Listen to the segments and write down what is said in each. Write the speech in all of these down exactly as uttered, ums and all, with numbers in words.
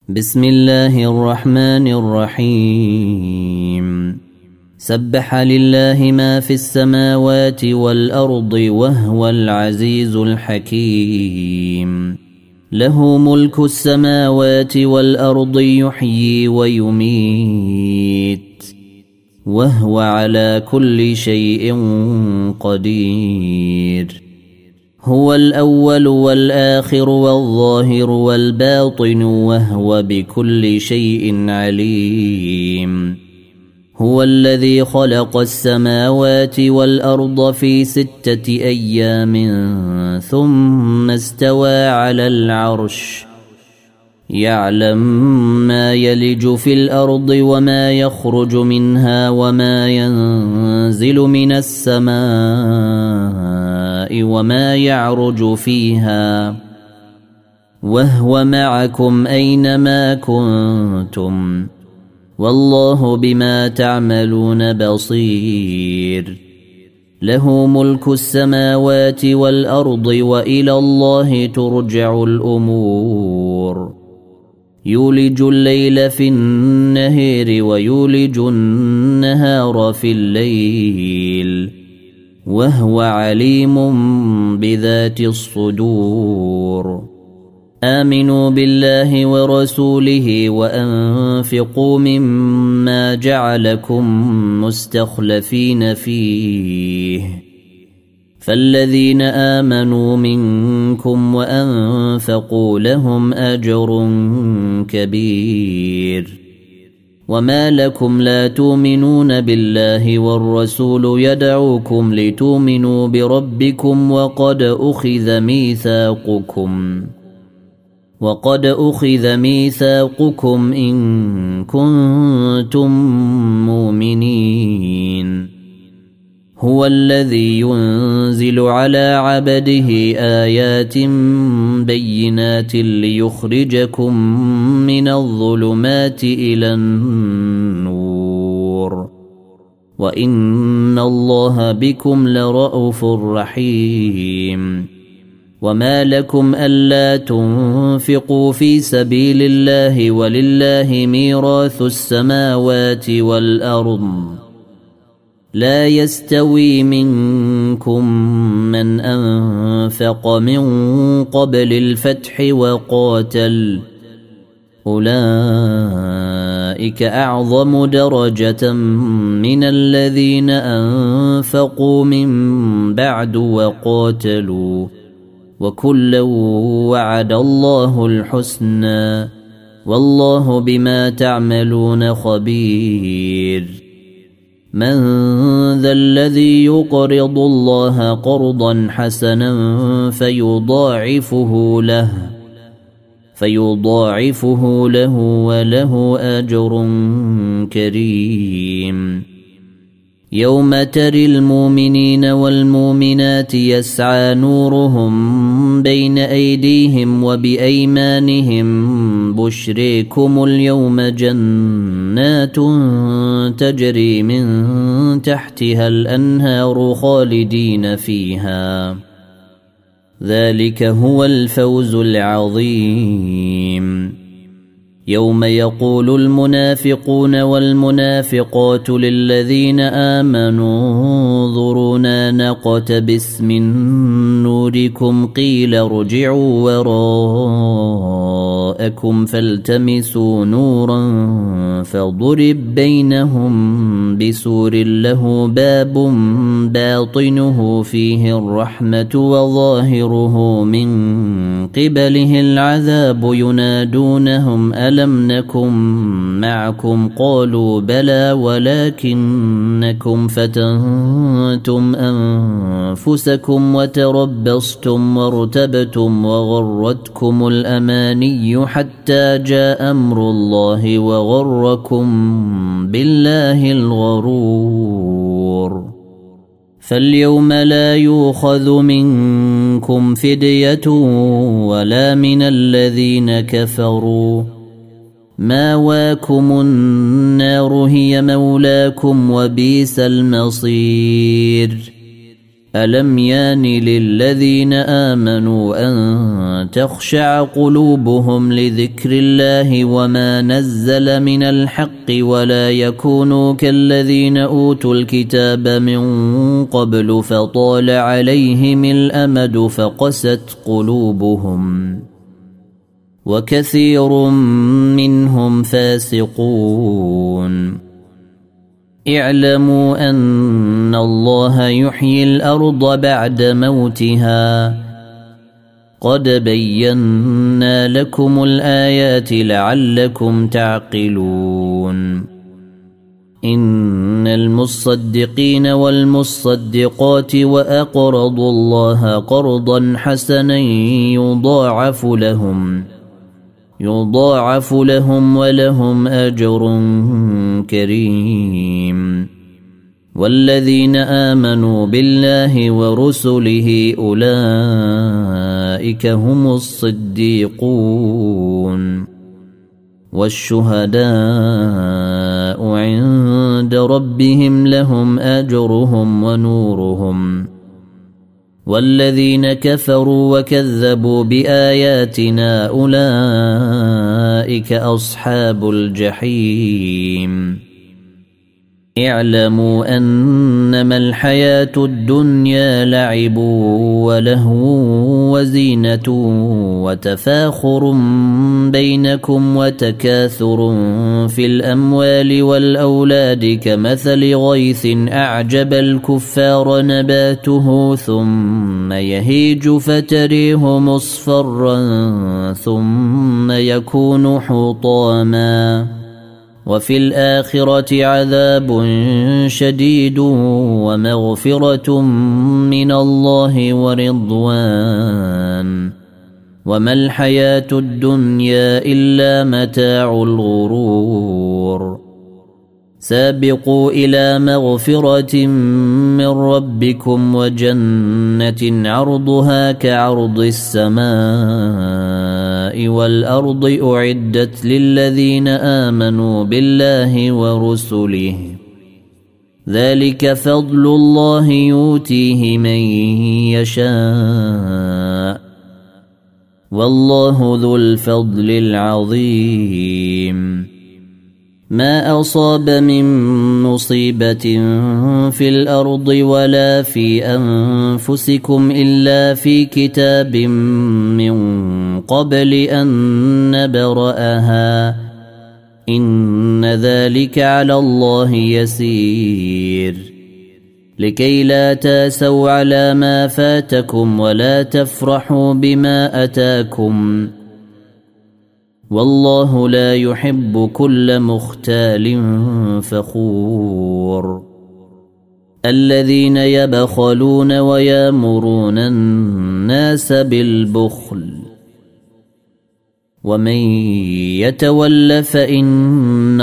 بسم الله الرحمن الرحيم سبح لله ما في السماوات والأرض وهو العزيز الحكيم له ملك السماوات والأرض يحيي ويميت وهو على كل شيء قدير هو الأول والآخر والظاهر والباطن وهو بكل شيء عليم هو الذي خلق السماوات والأرض في ستة أيام ثم استوى على العرش يعلم ما يلج في الأرض وما يخرج منها وما ينزل من السماء وما يعرج فيها وهو معكم أينما كنتم والله بما تعملون بصير له ملك السماوات والأرض وإلى الله ترجع الأمور يولج الليل في النهار ويولج النهار في الليل وهو عليم بذات الصدور آمنوا بالله ورسوله وأنفقوا مما جعلكم مستخلفين فيه فالذين آمنوا منكم وأنفقوا لهم أجر كبير وما لكم لا تؤمنون بالله والرسول يدعوكم لتؤمنوا بربكم وقد أخذ ميثاقكم وقد أخذ ميثاقكم إن كنتم مؤمنين هو الذي ينزل على عبده آيات بينات ليخرجكم من الظلمات إلى النور وإن الله بكم لرءوف رحيم وما لكم ألا تنفقوا في سبيل الله ولله ميراث السماوات والأرض لا يستوي منكم من أنفق من قبل الفتح وقاتل أولئك أعظم درجة من الذين أنفقوا من بعد وقاتلوا وكلا وعد الله الحسنى والله بما تعملون خبير من ذا الذي يقرض الله قرضا حسنا فيضاعفه له فيضاعفه له وله أجر كريم يوم ترى المؤمنين والمؤمنات يسعى نورهم بين أيديهم وبأيمانهم بشريكم اليوم جنات تجري من تحتها الأنهار خالدين فيها ذلك هو الفوز العظيم يوم يقول المنافقون والمنافقات للذين آمنوا انظرونا نقتبس من نوركم قيل ارجعوا وراءكم فالتمسوا نورا فضرب بينهم بسور له باب باطنه فيه الرحمة وظاهره من قبله العذاب ينادونهم ألم نكن معكم قالوا بلى ولكنكم فتنتم أنفسكم وتربصتم وارتبتم وغرتكم الأماني حتى جاء أمر الله وغركم بالله الغرور فاليوم لا يؤخذ منكم فدية ولا من الذين كفروا ماواكم النار هي مولاكم وبئس المصير ألم يان للذين آمنوا أن تخشع قلوبهم لذكر الله وما نزل من الحق ولا يكونوا كالذين أوتوا الكتاب من قبل فطال عليهم الأمد فقست قلوبهم وكثير منهم فاسقون اعلموا أن الله يحيي الأرض بعد موتها قد بينا لكم الآيات لعلكم تعقلون إن المصدقين والمصدقات وأقرضوا الله قرضا حسنا يضاعف لهم يضاعف لهم ولهم أجر كريم والذين آمنوا بالله ورسله أولئك هم الصديقون والشهداء عند ربهم لهم أجرهم ونورهم والذين كفروا وكذبوا بآياتنا أولئك أصحاب الجحيم اعلموا أنما الحياة الدنيا لعب ولهو وزينة وتفاخر بينكم وتكاثر في الأموال والأولاد كمثل غيث أعجب الكفار نباته ثم يهيج فتريه مصفرا ثم يكون حطاما وفي الآخرة عذاب شديد ومغفرة من الله ورضوان وما الحياة الدنيا إلا متاع الغرور سابقوا إلى مغفرة من ربكم وجنة عرضها كعرض السماء والأرض أعدت للذين آمنوا بالله ورسله ذلك فضل الله يؤتيه من يشاء والله ذو الفضل العظيم ما أصاب من مصيبة في الأرض ولا في أنفسكم إلا في كتاب من قبل أن نبرأها إن ذلك على الله يسير لكي لا تاسوا على ما فاتكم ولا تفرحوا بما أتاكم والله لا يحب كل مختال فخور الذين يبخلون ويامرون الناس بالبخل ومن يتول فإن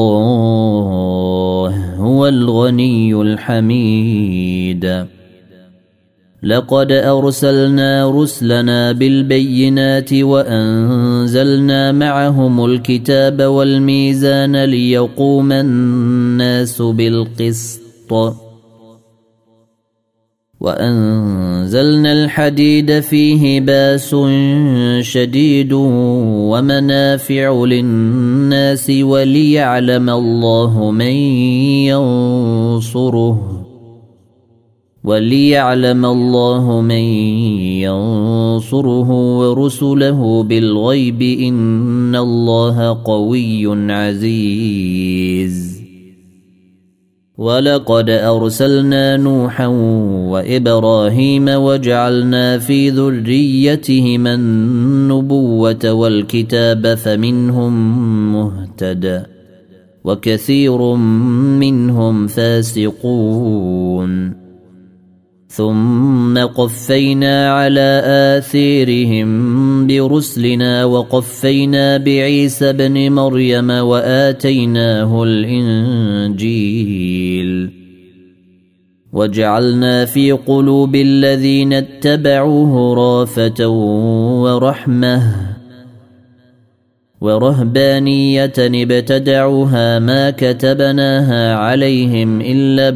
الله هو الغني الحميد لقد أرسلنا رسلنا بالبينات وأنزلنا معهم الكتاب والميزان ليقوم الناس بالقسط وأنزلنا الحديد فيه باس شديد ومنافع للناس وليعلم الله من ينصره وليعلم الله من ينصره ورسله بالغيب إن الله قوي عزيز ولقد أرسلنا نوحا وإبراهيم وجعلنا في ذريتهما النبوة والكتاب فمنهم مهتد وكثير منهم فاسقون ثم قفينا على آثارهم برسلنا وقفينا بعيسى ابن مريم وآتيناه الإنجيل وجعلنا في قلوب الذين اتبعوه رافة ورحمة ورهبانية ابتدعوها ما كتبناها عليهم إلا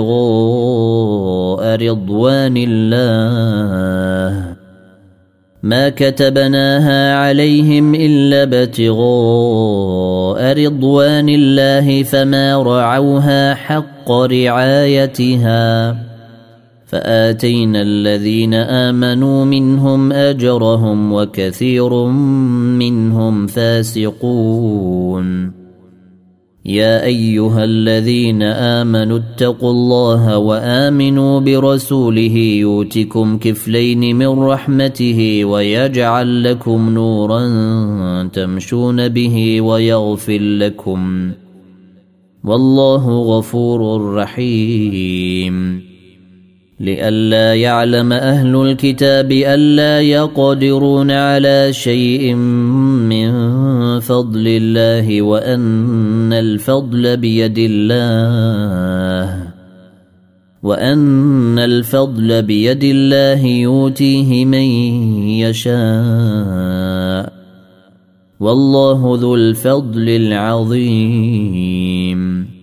ابتغاء رضوان الله ما كتبناها عليهم إلا ابتغاء رضوان الله فما رعوها حق رعايتها فآتينا الذين آمنوا منهم أجرهم وكثير منهم فاسقون يا أيها الذين آمنوا اتقوا الله وآمنوا برسوله يؤتكم كفلين من رحمته ويجعل لكم نورا تمشون به ويغفر لكم والله غفور رحيم لئلا يعلم أهل الكتاب ألا يقدرون على شيء من فضل الله وأن الفضل بيد الله وأن الفضل بيد الله يؤتيه من يشاء والله ذو الفضل العظيم